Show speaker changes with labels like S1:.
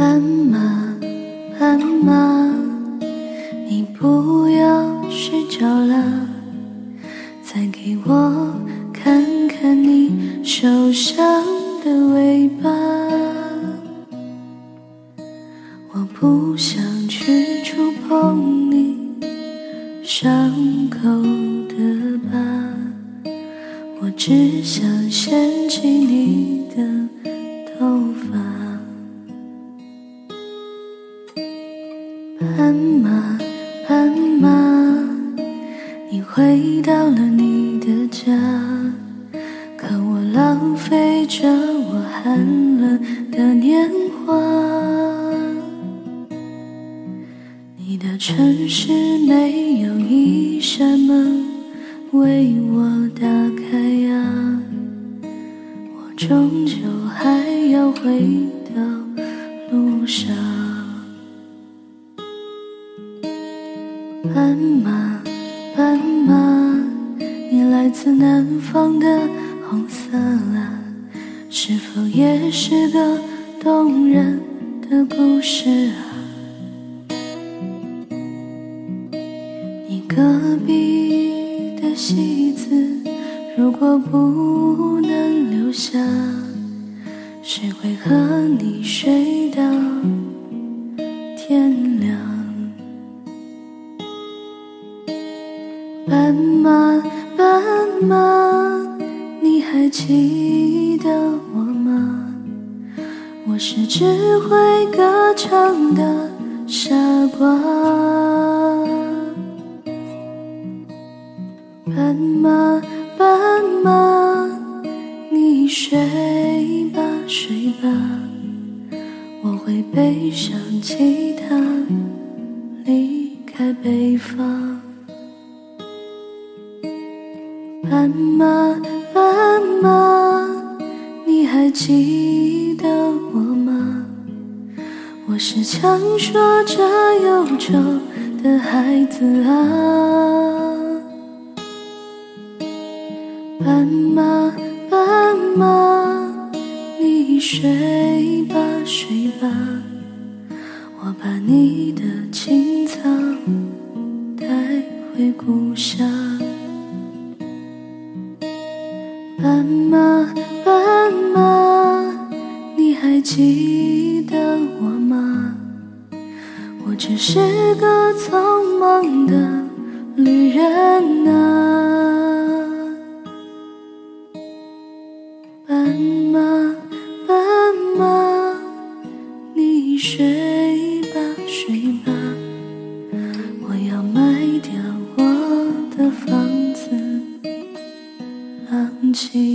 S1: 斑马，斑马，你不要睡着了，再给我看看你受伤的尾巴。我不想去触碰你伤口的疤，我只想掀起你的头发。斑马，斑马，你回到了你的家，可我浪费着我寒冷的年华。你的城市没有一扇门为我打开呀，我终究还要回到路上。斑马，斑马，你来自南方的红色啊，是否也是个动人的故事啊？你隔壁的戏子，如果不能留下，谁会和你睡到天亮？斑马，斑马，你还记得我吗？我是只会歌唱的傻瓜。斑马，斑马，你睡吧睡吧，我会背上吉他离开北方。斑马，斑马，你还记得我吗？我是强说着忧愁的孩子啊。斑马，斑马，你睡吧睡吧，我把你的青草带回故乡。斑马，斑马，你还记得我吗？我只是个匆忙的旅人啊。斑马，斑马，你睡吧睡吧，我要卖掉我的房子，浪迹